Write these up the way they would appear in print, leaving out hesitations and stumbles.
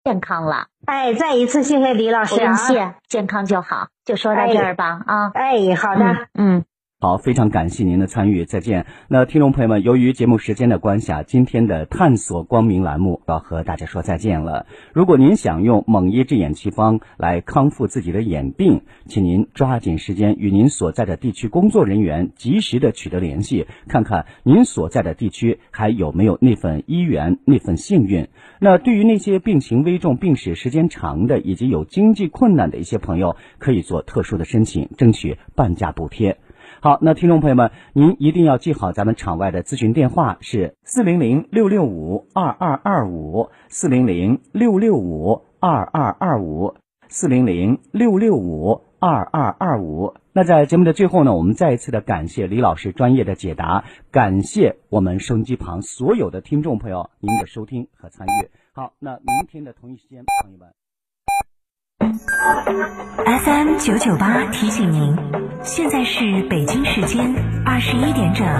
健康了。 哎，再一次谢谢李老师啊， 不用谢，健康就好，就说到这儿吧。 好的， 好，非常感谢您的参与，再见。那听众朋友们，由于节目时间的关系今天的探索光明栏目要和大家说再见了。如果您想用蒙医治眼奇方来康复自己的眼病，请您抓紧时间与您所在的地区工作人员及时的取得联系，看看您所在的地区还有没有那份医源，那份幸运。那对于那些病情危重、病史时间长的以及有经济困难的一些朋友，可以做特殊的申请，争取半价补贴。好，那听众朋友们，您一定要记好咱们场外的咨询电话是400-665-2225，400-665-2225，400-665-2225。那在节目的最后呢，我们再一次的感谢李老师专业的解答，感谢我们收音机旁所有的听众朋友您的收听和参与。好，那明天的同一时间，朋友们。 FM 998提醒您，现在是北京时间21点整。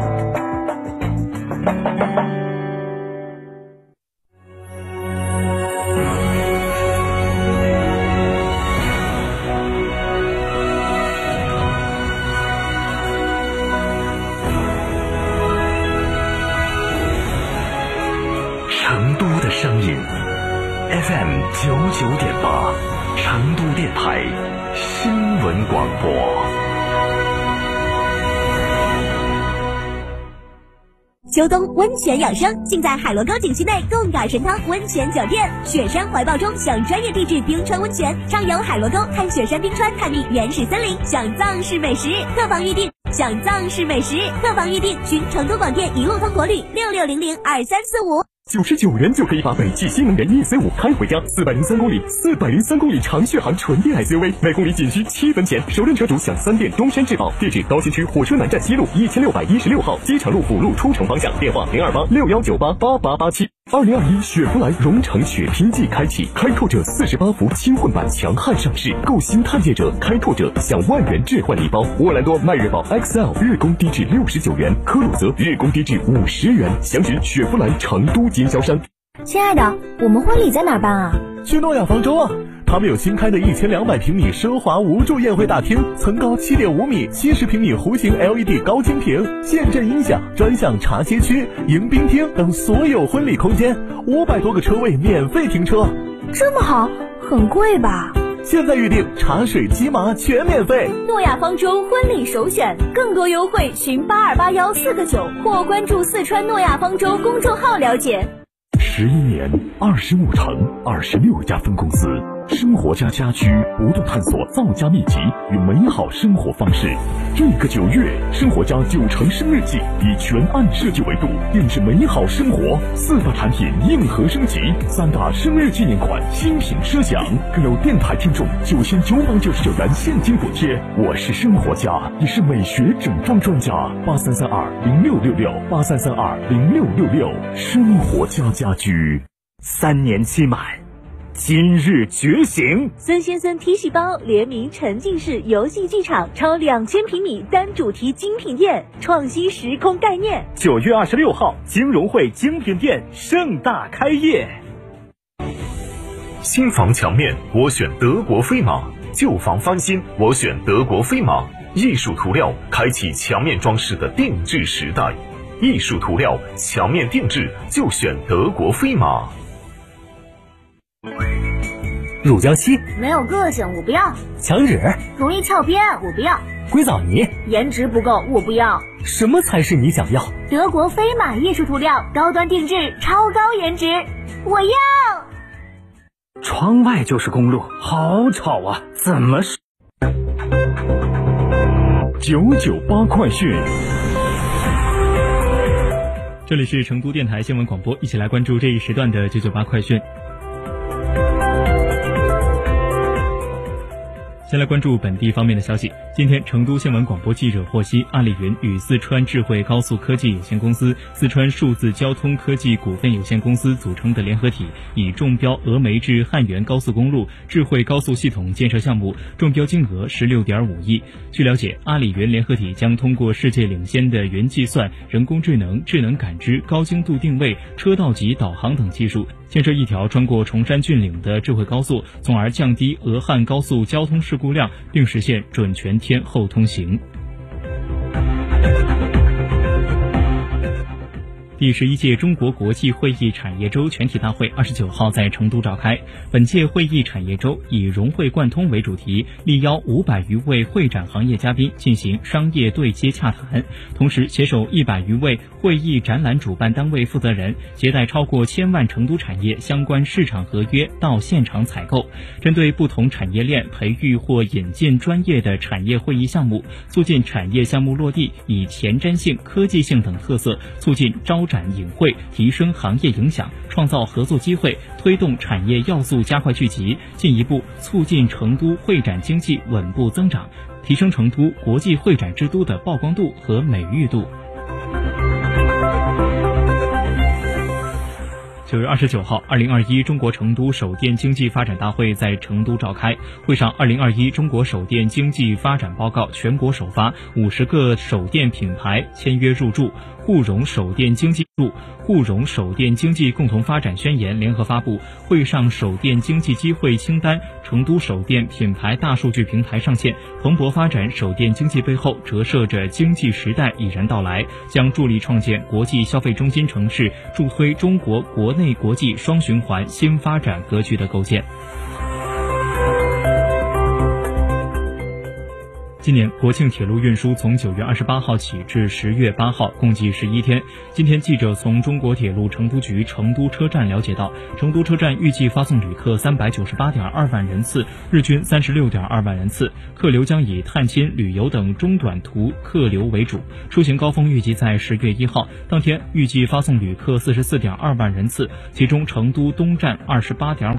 成都的声音 FM 99.8，成都电台新闻广播。 秋冬温泉养生，尽在海螺沟景区内贡嘎神汤温泉酒店。雪山怀抱中享专业地质冰川温泉，畅游海螺沟，看雪山冰川，探秘原始森林，享藏式美食。客房预订，享藏式美食。客房预订，寻成都广电一路通国旅66002345。 99元就可以把北汽新能源 EC5 开回家，403公里长续航纯电 SUV， 每公里仅需7分钱。首任车主享3电终身质保。地址：高新区火车南站西路1616号机场路辅路出城方向。电话：02861988887。2021雪佛兰荣城雪拼季开启，开拓者48伏轻混版强悍上市，购新探界者、开拓者享万元置换礼包。沃兰多迈锐宝 XL 日供低至69元，科鲁泽日供低至50元。详询雪佛兰成都经销商。 亲爱的，我们婚礼在哪儿办啊？ 去诺亚方舟啊！他们有新开的1200平米奢华无柱宴会大厅，层高7.5米，70平米弧形 LED 高清屏，现阵音响，专项茶歇区、迎宾厅等所有婚礼空间，500多个车位免费停车。 这么好，很贵吧？ 现在预定茶水鸡麻全免费。 诺亚方舟婚礼首选，更多优惠询82814个9或关注四川诺亚方舟公众号了解。 11年，25城，26家分公司。生活家家居不断探索造家秘籍与美好生活方式。这个9月，生活家9城生日季以全案设计维度，定制美好生活，4大产品硬核升级，3大生日纪念款新品奢享，更有电台听众9999元现金补贴。我是生活家，也是美学整装专家，83320666，83320666，生活家家居，3年期满。今日觉醒， 孙先生 T 细胞联名沉浸式游戏剧场，超2000平米单主题精品店，创新时空概念。 9月26号，金融汇精品店盛大开业。新房墙面，我选德国飞马；旧房翻新，我选德国飞马。艺术涂料，开启墙面装饰的定制时代。艺术涂料，墙面定制就选德国飞马。 乳胶漆没有个性，我不要。 墙纸容易翘边，我不要。 硅藻泥颜值不够，我不要。 什么才是你想要？ 德国飞马艺术涂料，高端定制，超高颜值，我要。 窗外就是公路，好吵啊！怎么是 998快讯？ 这里是成都电台新闻广播，一起来关注这一时段的998快讯。先来关注本地方面的消息。 今天，成都新闻广播记者获悉，阿里云与四川智慧高速科技有限公司、四川数字交通科技股份有限公司组成的联合体，已中标峨眉至汉源高速公路智慧高速系统建设项目，中标金额16.5亿。据了解，阿里云联合体将通过世界领先的云计算、人工智能、智能感知、高精度定位、车道级导航等技术，建设一条穿过崇山峻岭的智慧高速，从而降低俄汉高速交通事故量，并实现准全天候通行。第11届中国国际会议产业周全体大会29号在成都召开。本届会议产业周以融会贯通为主题，力邀500余位会展行业嘉宾进行商业对接洽谈，同时携手100余位会议展览主办单位负责人，携带超过1000万成都产业相关市场合约到现场采购，针对不同产业链培育或引进专业的产业会议项目，促进产业项目落地，以前瞻性、科技性等特色促进招展引会，提升行业影响，创造合作机会，推动产业要素加快聚集，进一步促进成都会展经济稳步增长，提升成都国际会展之都的曝光度和美誉度。9月29号，2021中国成都首电经济发展大会在成都召开。会上，2021中国首电经济发展报告全国首发，50个首电品牌签约入驻，沪蓉首电经济共同发展宣言联合发布。会上首电经济机会清单、成都首电品牌大数据平台上线，蓬勃发展首电经济背后折射着经济时代已然到来，将助力创建国际消费中心城市，助推中国国内国际双循环新发展格局的构建。今年国庆铁路运输从9月28号起至10月8号，共计11天。今天记者从中国铁路成都局成都车站了解到，成都车站预计发送旅客398.2万人次，日均36.2万人次，客流将以探亲、旅游等中短途客流为主。出行高峰预计在10月1号，当天预计发送旅客44.2万人次，其中成都东站28.5